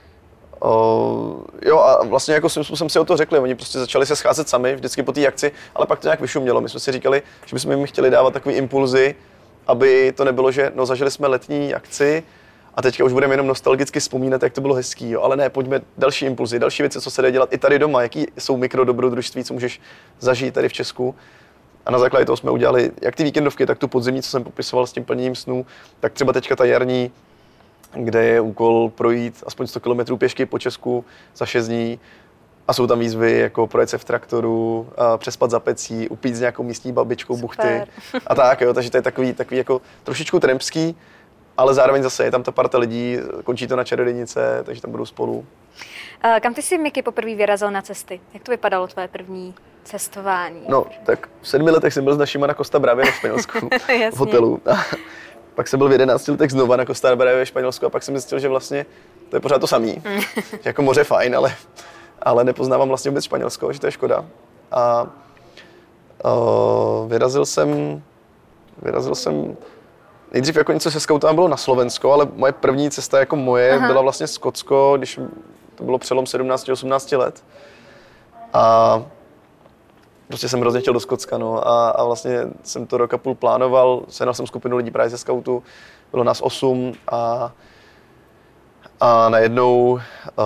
O, jo a vlastně jako svým způsobem si o to řekli, oni prostě začali se scházet sami vždycky po té akci, ale pak to nějak vyšumělo. My jsme si říkali, že bychom jim chtěli dávat takový impulzy, aby to nebylo, že no zažili jsme letní akci a teďka už budeme jenom nostalgicky vzpomínat, jak to bylo hezký, jo, ale ne, pojďme další impulzy, další věci, co se dá dělat i tady doma, jaký jsou mikrodobrodružství, co můžeš zažít tady v Česku. A na základě toho jsme udělali jak ty víkendovky, tak tu podzimní, co jsem popisoval s tím plněním snů, tak třeba teďka ta jarní, kde je úkol projít aspoň sto kilometrů pěšky po Česku za šest dní a jsou tam výzvy jako projet se v traktoru, přespat za pecí, upít s nějakou místní babičkou Super. buchty a tak, jo, takže to je takový, takový jako trošičku trampský, ale zároveň zase je tam ta parta lidí, končí to na Čarodějnice, takže tam budou spolu. A kam ty jsi, Miky, poprvé vyrazil na cesty? Jak to vypadalo tvoje první cestování? No, tak v sedmi letech jsem byl s našima na Costa Bravě ve Španělsku v hotelu. Pak jsem byl v jedenácti letech znova na Costa Bravě ve Španělsku a pak jsem zjistil, že vlastně to je pořád to samý. Jako moře fajn, ale, ale nepoznávám vlastně vůbec Španělsko, že to je škoda. A uh, vyrazil jsem, vyrazil jsem, nejdřív jako něco se skautem bylo na Slovensko, ale moje první cesta jako moje Aha. byla vlastně Skotsko, když to bylo přelom sedmnácti osmnácti let. A prostě jsem hrozně chtěl do Skotska, no, a, a vlastně jsem to rok a půl plánoval, sehnal jsem skupinu lidí právě ze skautu, bylo nás osm a, a najednou uh,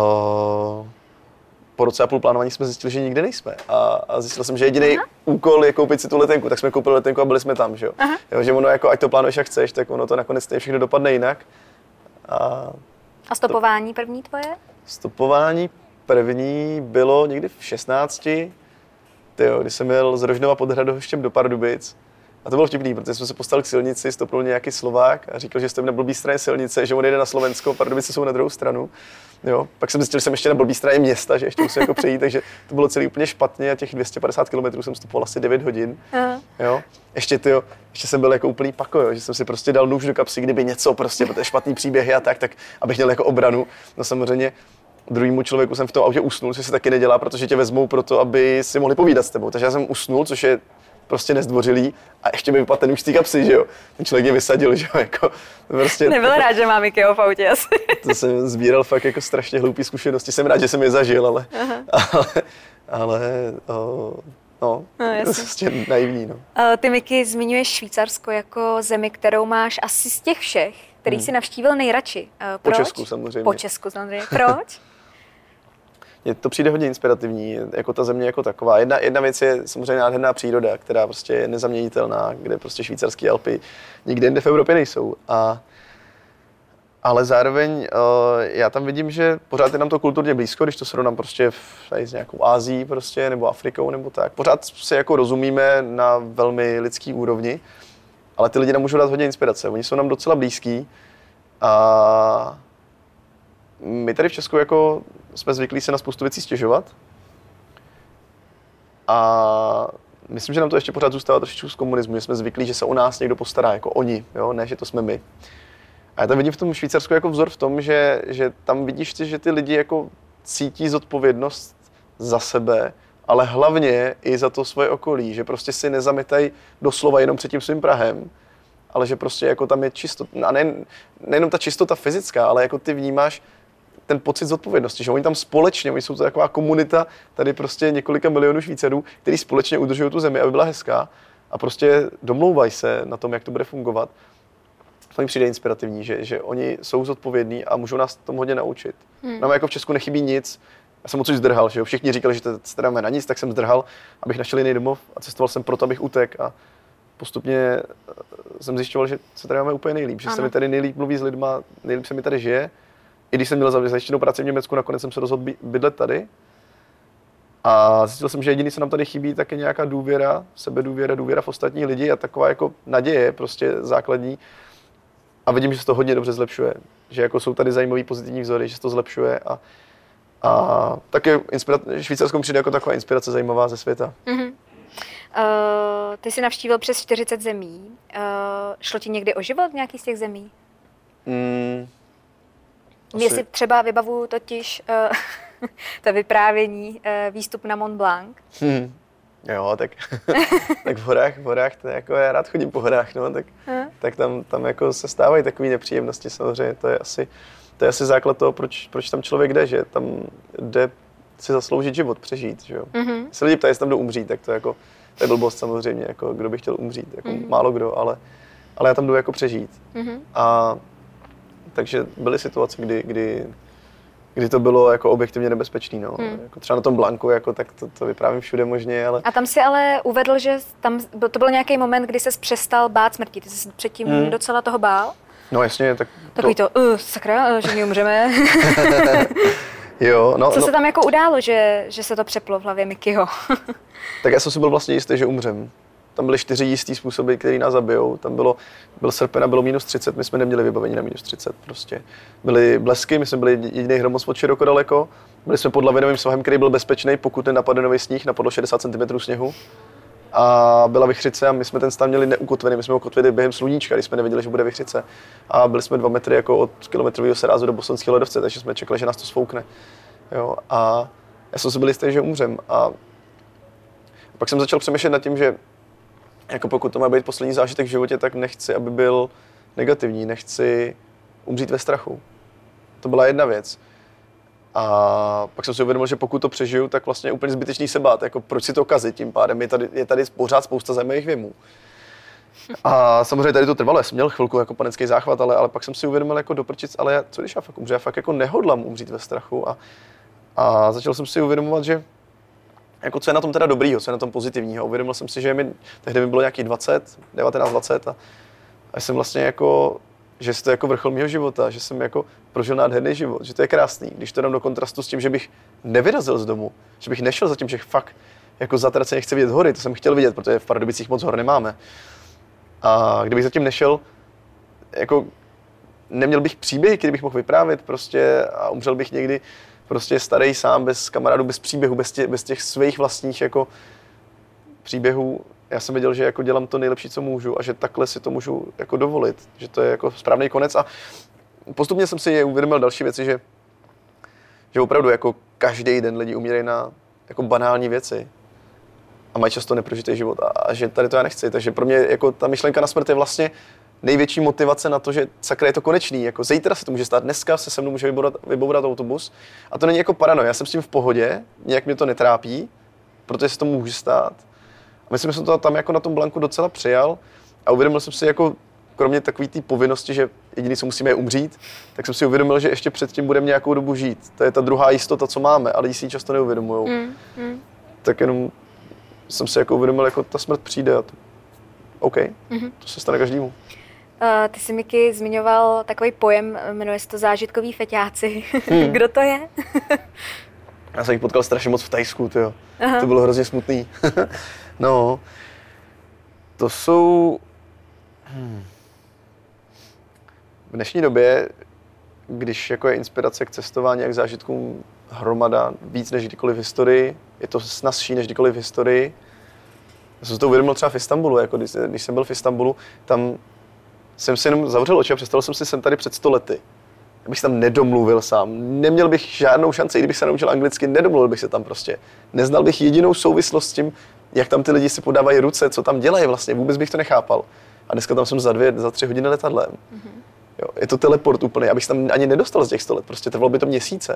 po roce a půl plánování jsme zjistili, že nikde nejsme a, a zjistil jsem, že jediný úkol je koupit si tu letenku, tak jsme koupili letenku a byli jsme tam, že jo. jo že ono jako, ať to plánuješ jak chceš, tak ono to nakonec stejně všechno dopadne jinak. A, a stopování to, první tvoje? Stopování první bylo někdy v šestnácti. Tyjo, když jsem jel z Rožnova pod Hradohoštěm do Pardubic. A to bylo vtipný, protože jsme se postavili k silnici, stopnul nějaký Slovák a říkal, že stojím na blbý straně silnice, že on jede na Slovensko, Pardubice jsou na druhou stranu. Jo. Pak jsem zjistil, že jsem ještě na blbý straně města, že ještě musím jako přejít, takže to bylo celý úplně špatně a těch dvě stě padesát kilometrů jsem stopoval asi devět hodin. Jo. Ještě, tyjo, ještě jsem byl jako úplný pako, jo, že jsem si prostě dal nůž do kapsy, kdyby něco prostě, protože špatný příběhy a tak, tak abych měl jako obranu. No samozřejmě druhému člověku jsem v tom autě usnul, což se taky nedělá, protože tě vezmou proto, aby si mohli povídat s tebou. Takže já jsem usnul, což je prostě nezdvořilý a ještě mi vypadl ten už z té kapsy, že jo. Ten člověk mě vysadil, že jo, jako prostě. Nebyl rád, že mám Mickeyho v autě asi. To jsem sbíral fakt jako strašně hloupý zkušenosti. Jsem rád, že jsem je zažil, ale, ale, ale o, no, no prostě naivní, no. Ty, Miky, zmiňuješ Švýcarsko jako zemi, kterou máš asi z těch všech, který hmm. jsi navštívil nejradši. Proč? Po Česku samozřejmě. Po Česku samozřejmě. Proč? Mně to přijde hodně inspirativní, jako ta země jako taková. Jedna, jedna věc je samozřejmě nádherná příroda, která prostě je nezaměnitelná, kde prostě švýcarské Alpy nikde jinde v Evropě nejsou. A, ale zároveň uh, já tam vidím, že pořád je nám to kulturně blízko, když to srovnám prostě v, tady s nějakou Ázií prostě, nebo Afrikou nebo tak. Pořád se jako rozumíme na velmi lidský úrovni, ale ty lidi nám můžou dát hodně inspirace. Oni jsou nám docela blízký a my tady v Česku jako jsme zvyklí se na spoustu věcí stěžovat a myslím, že nám to ještě pořád zůstává trošičku z komunismu, že jsme zvyklí, že se o nás někdo postará, jako oni, jo? Ne, že to jsme my. A já tam vidím v tom Švýcarsku jako vzor v tom, že, že tam vidíš, že ty lidi jako cítí zodpovědnost za sebe, ale hlavně i za to svoje okolí, že prostě si nezametají doslova jenom před tím svým prahem, ale že prostě jako tam je čistota, a ne, nejenom ta čistota fyzická, ale jako ty vnímáš ten pocit zodpovědnosti, že oni tam společně, oni jsou to taková komunita tady prostě několika milionů Švýcarů, kteří společně udržují tu zemi, aby byla hezká a prostě domlouvají se na tom, jak to bude fungovat. To mi přijde inspirativní, že, že oni jsou zodpovědní a můžou nás tomu hodně naučit. Hmm. Nám jako v Česku nechybí nic. Já jsem moc už zdrhal, že jo? Všichni říkali, že to staráme na nic, tak jsem zdrhal, abych našel jiný domov a cestoval jsem proto, abych utekl a postupně jsem zjišťoval, že se tady máme úplně nejlíp, že ano. se mi tady nejlíp mluví s lidma, nejlíp se mi tady žije. I když jsem měl zajištěnou práci v Německu, nakonec jsem se rozhodl bydlet tady. A zjistil jsem, že jediný, co nám tady chybí, tak je nějaká důvěra, sebedůvěra, důvěra v ostatní lidi a taková jako naděje prostě základní. A vidím, že se to hodně dobře zlepšuje, že jako jsou tady zajímavý pozitivní vzory, že se to zlepšuje a, a také inspira- Švýcarsko mi přijde jako taková inspirace zajímavá ze světa. Mm-hmm. Uh, ty jsi navštívil přes čtyřicet zemí. Uh, šlo ti někdy o život v nějaký z těch zemí? Mm, Mě si třeba vybavuju totiž uh, to vyprávění, uh, výstup na Mont Blanc. Hmm. Jo, tak, tak v horách, v horách, to je jako já rád chodím po horách, no, tak, hmm. tak tam, tam jako se stávají takové nepříjemnosti samozřejmě, to je asi, to je asi základ toho, proč, proč tam člověk jde, že tam jde si zasloužit život, přežít, že jo. Mm-hmm. Když se lidi ptají, jestli tam jdu umřít, tak to, jako, to je blbost samozřejmě, jako kdo by chtěl umřít, jako mm-hmm. málo kdo, ale, ale já tam jdu jako přežít. Mm-hmm. A takže byly situace, kdy, kdy kdy to bylo jako objektivně nebezpečný, no. Hmm. Jako třeba na tom Blanku, jako, tak to, to vyprávím všude možně, ale... A tam si ale uvedl, že tam to byl nějaký moment, kdy ses přestal bát smrti. Ty jsi předtím hmm. docela toho bál? No jasně, tak... Takový to, to uh, sakra, že my umřeme. Jo, no... Co no. se tam jako událo, že, že se to přeplo v hlavě Mickeyho? Tak já jsem si byl vlastně jistý, že umřem. Tam byly čtyři jistý způsoby, které nás zabijou. Tam bylo, byl srpen a bylo minus třicet, my jsme neměli vybavení na minus třicet prostě. Byly blesky, my jsme byli jediný hromosvod široko daleko. Byli jsme pod lavinovým svahem, který byl bezpečný, pokud nenapadne nový sníh, napadlo šedesát centimetrů sněhu. A byla vichřice a my jsme ten stan měli neukotvený, my jsme ho kotvili během sluníčka, když jsme nevěděli, že bude vichřice. A byli jsme dva metry jako od kilometrového serázu do bostonského ledovce, takže jsme čekali, že nás to sfoukne. Jo, a já jsem si byl jistý, že umřem. A pak jsem začal přemýšlet nad tím, že jako pokud to má být poslední zážitek v životě, tak nechci, aby byl negativní, nechci umřít ve strachu. To byla jedna věc. A pak jsem si uvědomil, že pokud to přežiju, tak vlastně je úplně zbytečný se bát. Jako proč si to kazit tím pádem? Je tady, je tady pořád spousta zajímavých věmů. A samozřejmě tady to trvalo, já jsem měl chvilku jako panický záchvat, ale, ale pak jsem si uvědomil jako doprčic, ale já, co když já fakt umřu? Já fakt jako nehodlám umřít ve strachu. A, a začal jsem si uvědomovat, že jako co je na tom teda dobrýho, co je na tom pozitivního. Uvědomil jsem si, že mi, tehdy mi bylo nějaký dvacet, devatenáct, dvacet a, a jsem vlastně jako, že to je jako vrchol mého života, že jsem jako prožil nádherný život, že to je krásný. Když to dám do kontrastu s tím, že bych nevyrazil z domu, že bych nešel za tím, že fakt jako zatraceně chci vidět hory, to jsem chtěl vidět, protože v Pardubicích moc hor nemáme. A kdybych zatím nešel, jako neměl bych příběhy, který bych mohl vyprávět prostě a umřel bych někdy prostě starý sám, bez kamarádů, bez příběhů, bez těch, bez těch svých vlastních jako příběhů. Já jsem věděl, že jako dělám to nejlepší, co můžu a že takhle si to můžu jako dovolit, že to je jako správný konec. A postupně jsem si uvědomil další věci, že, že opravdu jako každý den lidi umírají na jako banální věci a mají často neprožitý život a, a že tady to já nechci. Takže pro mě jako ta myšlenka na smrt je vlastně největší motivace na to, že sakra je to konečný. Jako zítra se to může stát, dneska se se mnou může vybourat, vybourat autobus a to není jako paranoja. Já jsem s tím v pohodě, nějak mě to netrápí, protože se to může stát. A myslím, že jsem to tam jako na tom blanku docela přijal a uvědomil jsem si jako kromě takové té povinnosti, že jediný, co musíme je umřít, tak jsem si uvědomil, že ještě předtím budeme nějakou dobu žít. To je ta druhá jistota, co máme, ale lidi si ji často neuvědomujou. Mm, mm. Tak jenom jsem si jako uvědomil, jako ta smrt přijde a to OK, mm-hmm. to se stane každému. Uh, ty jsi, Miky, zmiňoval takový pojem, jmenuje se to zážitkový feťáci. Hmm. Kdo to je? Já jsem jich potkal strašně moc v Thajsku, tyjo. To bylo hrozně smutný. No, to jsou... Hmm. V dnešní době, když jako je inspirace k cestování a k zážitkům hromada víc než kdykoliv v historii, je to snazší než kdykoliv v historii. Já jsem to uvědomil třeba v Istanbulu, jako když, když jsem byl v Istanbulu, tam jsem si jenom zavřel oči a představil jsem si, jsem tady před sto lety. Abych se tam nedomluvil sám, neměl bych žádnou šanci, i kdybych se naučil anglicky, nedomluvil bych se tam prostě. Neznal bych jedinou souvislost s tím, jak tam ty lidi si podávají ruce, co tam dělají vlastně, vůbec bych to nechápal. A dneska tam jsem za dvě, za tři hodiny letadlem. Mm-hmm. Jo, je to teleport úplně, abych se tam ani nedostal z těch sto let, prostě trvalo by to měsíce.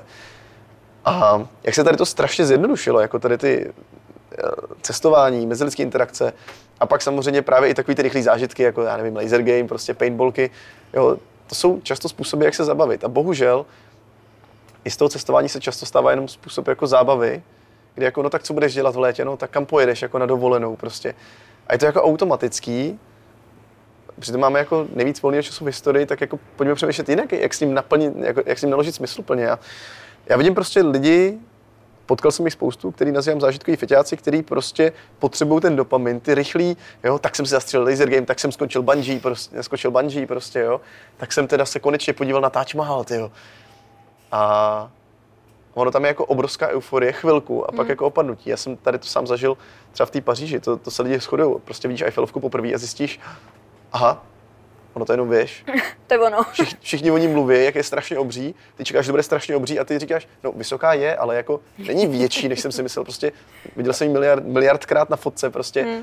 A jak se tady to strašně zjednodušilo, jako tady ty cestování, mezilidské interakce a pak samozřejmě právě i takový ty rychlý zážitky, jako já nevím, laser game, prostě paintballky, jo, to jsou často způsoby, jak se zabavit. A bohužel i z toho cestování se často stává jenom způsob jako zábavy, kdy jako no tak co budeš dělat v létě, no tak kam pojedeš jako na dovolenou prostě. A je to jako automatický, přitom máme jako nejvíc volného času v historii, tak jako pojďme přemýšlet jinak, jak s ním naplnit, jako, jak s ním naložit smysluplně. A já vidím prostě lidi, potkal jsem jich spoustu, který nazývám zážitkoví feťáci, který prostě potřebují ten dopamin, ty rychlý, jo, tak jsem si zastřelil laser game, tak jsem skončil bungee, prostě, skočil bungee prostě, jo, tak jsem teda se konečně podíval na Taj Mahal, tyjo. A ono tam je jako obrovská euforie chvilku a pak mm. jako opadnutí. Já jsem tady to sám zažil třeba v té Paříži, to, to se lidi shodujou, prostě vidíš Eiffelovku poprvé a zjistíš, aha, ono to jenom víš. To je ono. Všich, všichni o ní mluví, jak je strašně obří. Ty čekáš, že to bude strašně obří a ty říkáš, no vysoká je, ale jako není větší, než jsem si myslel. Prostě viděl jsem ji miliard, miliardkrát na fotce. Prostě hmm.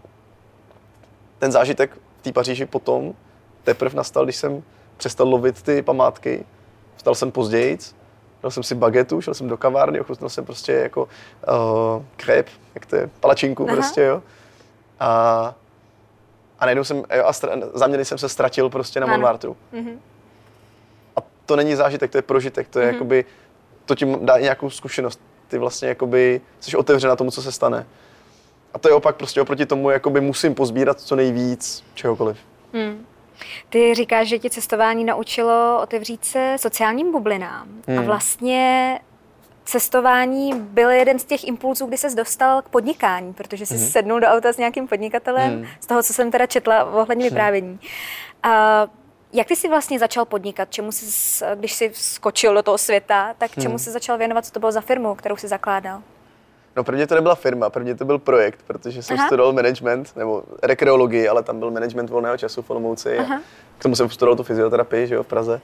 ten zážitek v té Paříži potom teprve nastal, když jsem přestal lovit ty památky. Vstal jsem později, dal jsem si bagetu, šel jsem do kavárny, ochutnal jsem prostě jako uh, krép, jak to je, palačinku. Aha. Prostě, jo. A A najednou jsem, jo, a stra- záměrně jsem se ztratil prostě na Montmartru. Mm-hmm. A to není zážitek, to je prožitek, to je mm-hmm. jakoby, to ti dá nějakou zkušenost. Ty vlastně jakoby jsi otevřená tomu, co se stane. A to je opak prostě oproti tomu, jakoby musím pozbírat co nejvíc čehokoliv. Mm. Ty říkáš, že tě cestování naučilo otevřít se sociálním bublinám. Mm. A vlastně cestování byl jeden z těch impulzů, kdy ses dostal k podnikání, protože jsi mm. sednul do auta s nějakým podnikatelem, mm. z toho, co jsem teda četla ohledně vyprávění. A jak ty jsi vlastně začal podnikat? Čemu jsi, když jsi skočil do toho světa, tak čemu mm. jsi začal věnovat? Co to bylo za firmu, kterou jsi zakládal? No prvně to nebyla firma, prvně to byl projekt, protože jsem Aha. studoval management, nebo rekreologii, ale tam byl management volného času v Olomouci. A k tomu jsem studoval tu fyzioterapii, že jo, v Praze.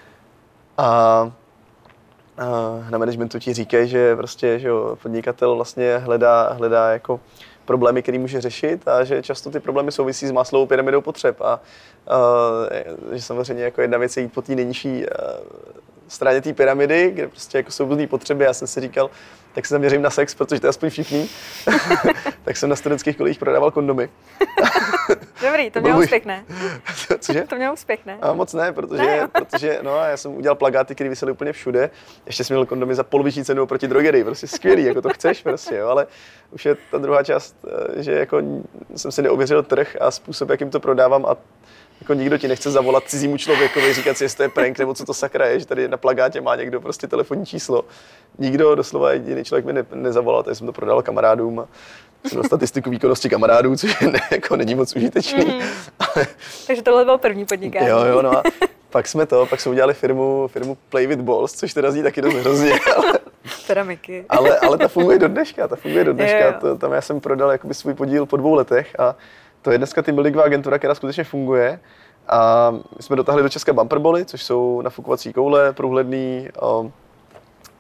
A na managementu ti říkají, že prostě, že jo, podnikatel vlastně hledá, hledá jako problémy, které může řešit a že často ty problémy souvisí s Maslowovou pyramidou potřeb a, a že samozřejmě jako jedna věc je jít po té nejnižší straně té pyramidy, kde prostě jako jsou různé potřeby. Já jsem si říkal, tak se zaměřím na sex, protože to je aspoň všichni. Tak jsem na studentských kolejích prodával kondomy. Dobrý, to mělo úspěch, ne? Cože? To mělo úspěch, ne? A moc ne, protože, ne, protože no, já jsem udělal plakáty, které visely úplně všude. Ještě jsem měl kondomy za poloviční cenu proti drogerii, prostě skvělý, jako to chceš prostě, jo, ale už je ta druhá část, že jako jsem si neověřil trh a způsob, jakým to prodávám a jako nikdo ti nechce zavolat cizímu člověkovi, říkat si, jestli to je prank, nebo co to sakra je, že tady na plakátě má někdo prostě telefonní číslo. Nikdo, doslova jediný člověk mi ne, nezavolal, takže jsem to prodal kamarádům a jsem dal statistiku výkonnosti kamarádů, což ne, jako není moc užitečný. Mm. Ale... Takže tohle byl první podnikání. Jo, jo, no a pak jsme to, pak jsme udělali firmu, firmu Play with Balls, což teda zní taky dost hrozně, ale... Teda Miky. ale, ale ta funguje do dneška, ta funguje do dneška. Jo, jo. To, tam já jsem prodal jakoby svůj podíl po dvou letech a to je dneska teambuildingová agentura, která skutečně funguje. A my jsme dotáhli do České bumperboly, což jsou nafukovací koule, průhledný, o,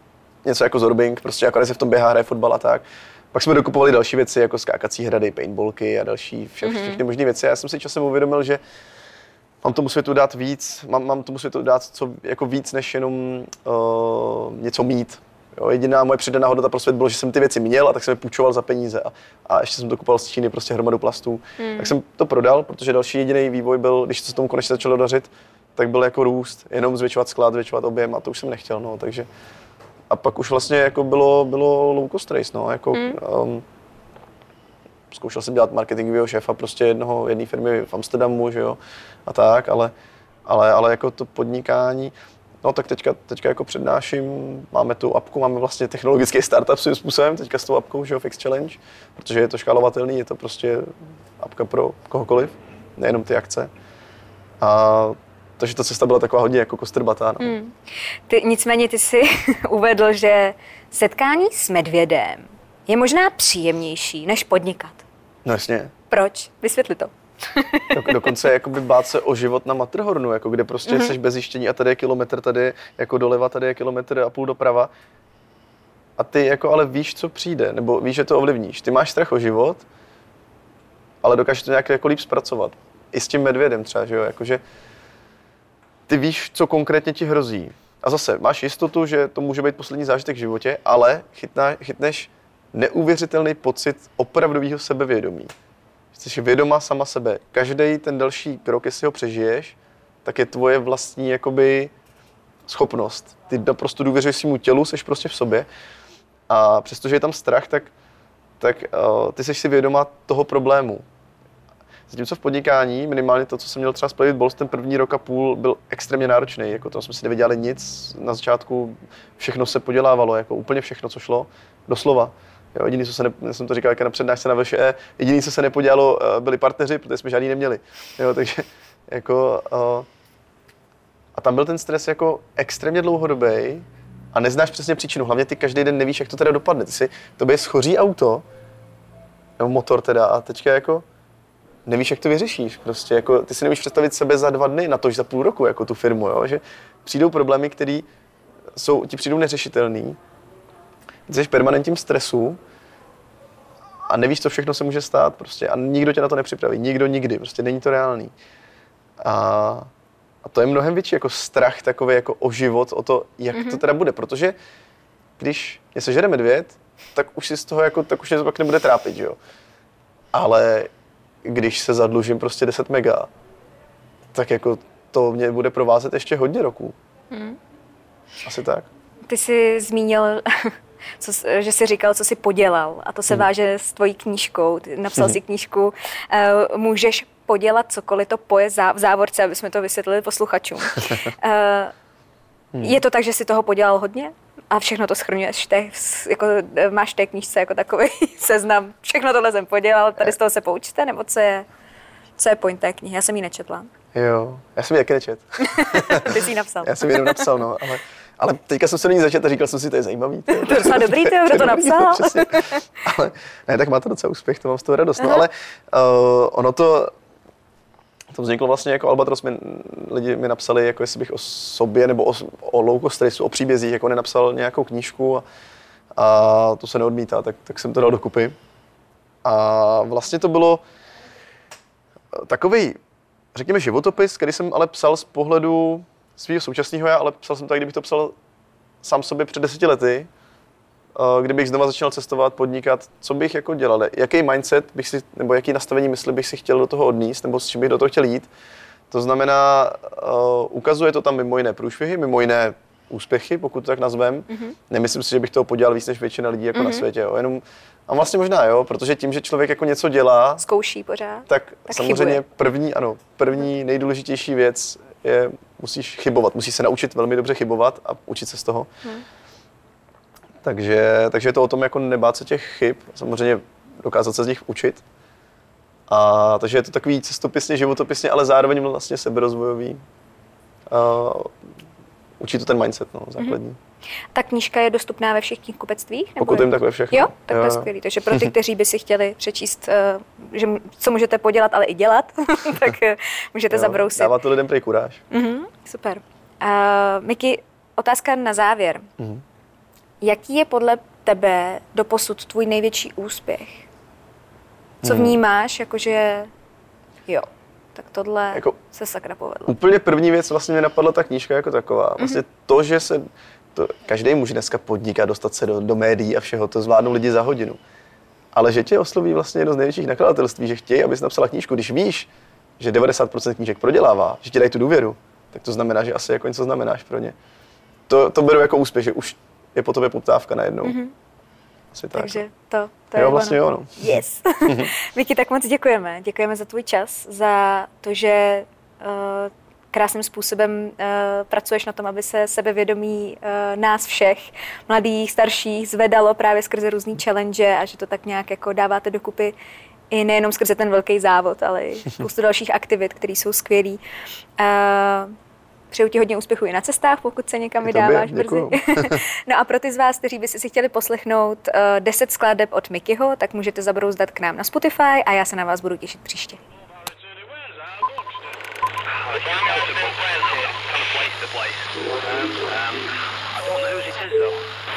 něco jako zorbing, prostě akorát se v tom běhá, hraje fotbal a tak. Pak jsme dokupovali další věci, jako skákací hrady, paintballky a další, vše, mm-hmm. všechny možné věci. Já jsem si časem uvědomil, že mám tomu světu dát víc, mám, mám tomu světu dát co, jako víc, než jenom uh, něco mít. Jo, jediná moje přidaná hodnota pro svět bylo, že jsem ty věci měl a tak jsem je půjčoval za peníze a, a ještě jsem to kupoval z Číny prostě hromadu plastů. Mm. Tak jsem to prodal, protože další jediný vývoj byl, když se tomu konečně začalo dařit, tak byl jako růst, jenom zvětšovat sklad, zvětšovat objem a to už jsem nechtěl, no, takže a pak už vlastně jako bylo, bylo low cost race, no, jako mm. um, zkoušel jsem dělat marketingového šéfa prostě jednoho, jedné firmy v Amsterdamu, že jo, a tak, ale, ale, ale jako to podnikání, no tak teďka, teďka jako přednáším, máme tu apku, máme vlastně technologický startup svým způsobem, teďka s tou apkou, že jo, Fix Challenge, protože je to škálovatelný, je to prostě apka pro kohokoliv, nejenom ty akce. A takže ta cesta byla taková hodně jako kostrbatá. No. Mm. Ty, nicméně ty jsi uvedl, že setkání s medvědem je možná příjemnější, než podnikat. No jasně. Proč? Vysvětli to. Do, dokonce jakoby bát se o život na Matterhornu, jako kde prostě mm-hmm. jsi bez zjištění a tady je kilometr, tady jako doleva, tady je kilometr a půl doprava. A ty jako ale víš, co přijde, nebo víš, že to ovlivníš. Ty máš strach o život, ale dokážeš to nějak jako líp zpracovat. I s tím medvědem třeba, že jo, jakože ty víš, co konkrétně ti hrozí. A zase máš jistotu, že to může být poslední zážitek v životě, ale chytná, chytneš neuvěřitelný pocit opravdového sebevědomí. Jsi vědomá sama sebe. Každý ten další krok, jestli ho přežiješ, tak je tvoje vlastní jakoby schopnost. Ty naprosto důvěřuješ svému tělu, jsi prostě v sobě. A přestože je tam strach, tak, tak uh, ty jsi si vědomá toho problému. Zatímco v podnikání, minimálně to, co jsem měl třeba s Play with Balls, ten první rok a půl byl extrémně náročný. Jako to jsme si nevěděli nic, na začátku všechno se podělávalo, jako úplně všechno, co šlo, doslova. Jo, jediný, co se ne, jsem to říkal, jak na přednášce na V Š E, jediný, co se nepodělalo, byli partneři, protože jsme žádný neměli. Jo, takže jako, uh, a tam byl ten stres jako extrémně dlouhodobý a neznáš přesně příčinu. Hlavně ty každý den nevíš, jak to teda dopadne. Ty si, tobě schoří auto, nebo motor teda, a teďka jako nevíš, jak to vyřešíš. Prostě jako, ty si nemůžeš představit sebe za dva dny, na to, za půl roku, jako tu firmu, jo, že přijdou problémy, které jsou, ti přijdou neřešitelný. Jsi v permanentním stresu a nevíš, co všechno se může stát prostě a nikdo tě na to nepřipraví, nikdo nikdy, prostě není to reálný. A, a to je mnohem větší jako strach takový jako o život, o to, jak mm-hmm. to teda bude, protože když mě sežere medvěd, tak už si z toho jako, tak už mě to pak nebude trápit, jo. Ale když se zadlužím prostě deset mega, tak jako to mě bude provázet ještě hodně roků. Mm. Asi tak. Ty jsi zmínil, co, že jsi říkal, co jsi podělal a to se hmm. váže s tvojí knížkou. Ty napsal hmm. si knížku uh, Můžeš podělat cokoliv, to poje zá, v závorce, aby jsme to vysvětlili posluchačům. Uh, hmm. Je to tak, že jsi toho podělal hodně a všechno to shrnuješ, te, jako, máš v té knížce jako takový seznam, všechno tohle jsem podělal, tady z toho se poučte, nebo co je, co je point té knihy? Já jsem ji nečetla. Jo, já jsem ji taky nečet. Ty jsi ji napsal. Já jsem ji jenom napsal, no, ale... Ale teďka jsem se do ní začet a říkal jsem si, to je zajímavý. To je docela dobrý, ty, kdo to napsal. Přesně. Ale ne, tak má to docela úspěch, to mám z toho radost. No, ale uh, ono to, to vzniklo vlastně jako Albatros, mi, lidi mi napsali, jako jestli bych o sobě nebo o, o low cost raceu, o příbězích, jako nenapsal nějakou knížku a, a to se neodmítá, tak, tak jsem to dal dokupy. A vlastně to bylo takový, řekněme, životopis, který jsem ale psal z pohledu svého současného já, ale psal jsem to, kdybych to psal sám sobě před deseti lety, kdybych znova začal cestovat, podnikat, co bych jako dělal, jaký mindset bych si, nebo jaký nastavení mysli bych si chtěl do toho odníst, nebo s čím bych do toho chtěl jít. To znamená, uh, ukazuje to tam mimo jiné průšvihy, mimo jiné úspěchy, pokud to tak nazvem. Mm-hmm. Nemyslím si, že bych toho podělal víc než většina lidí jako mm-hmm. na světě. Jo. Jenom, a vlastně možná, jo, protože tím, že člověk jako něco dělá, zkouší pořád, tak, tak samozřejmě chybuje. první, ano, první nejdůležitější věc je, musíš chybovat, musíš se naučit velmi dobře chybovat a učit se z toho. Hmm. Takže, takže je to o tom jako nebát se těch chyb, samozřejmě dokázat se z nich učit. A takže je to takový cestopisně, životopisně, ale zároveň vlastně seberozvojový. A učí to ten mindset, no, základní. Hmm. Ta knížka je dostupná ve všech knihkupectvích? Pokud jim tak ve všech. Jo, tak to je skvělý. Takže pro ty, kteří by si chtěli přečíst, že co můžete podělat, ale i dělat, tak můžete jo, zabrousit. Dává to lidem prej kuráž. Mm-hmm, super. Uh, Miky, otázka na závěr. Mm-hmm. jaký je podle tebe doposud tvůj největší úspěch? Co Hmm. vnímáš, jakože jo, tak tohle Jako- se sakra povedlo. Úplně první věc vlastně mě napadla ta knížka jako taková. Vlastně to, že se, to, každý může dneska podnikat, dostat se do, do médií a všeho, to zvládnou lidi za hodinu. Ale že tě osloví vlastně jedno z největších nakladatelství, že chtějí, abys napsala knížku, když víš, že devadesát procent knížek prodělává, že ti dají tu důvěru, tak to znamená, že asi jako něco znamenáš pro ně. To, to beru jako úspěch, že už je po tobě poptávka najednou. Mm-hmm. Asi tak. Takže to, to Jo, je vlastně ono. jo, no. Yes. Viki, tak moc děkujeme. Děkujeme za tvůj čas, za to, že uh, krásným způsobem uh, pracuješ na tom, aby se sebevědomí uh, nás všech, mladých, starších, zvedalo právě skrze různý challenge a že to tak nějak jako dáváte dokupy i nejenom skrze ten velký závod, ale i spoustu dalších aktivit, které jsou skvělý. Uh, Přeju ti hodně úspěchů i na cestách, pokud se někam I tobě, vydáváš děkuju. brzy. No a pro ty z vás, kteří by si chtěli poslechnout uh, deset skladeb od Mikyho, tak můžete zabrouzdat k nám na Spotify a já se na vás budu těšit příště. I don't know whose it is though.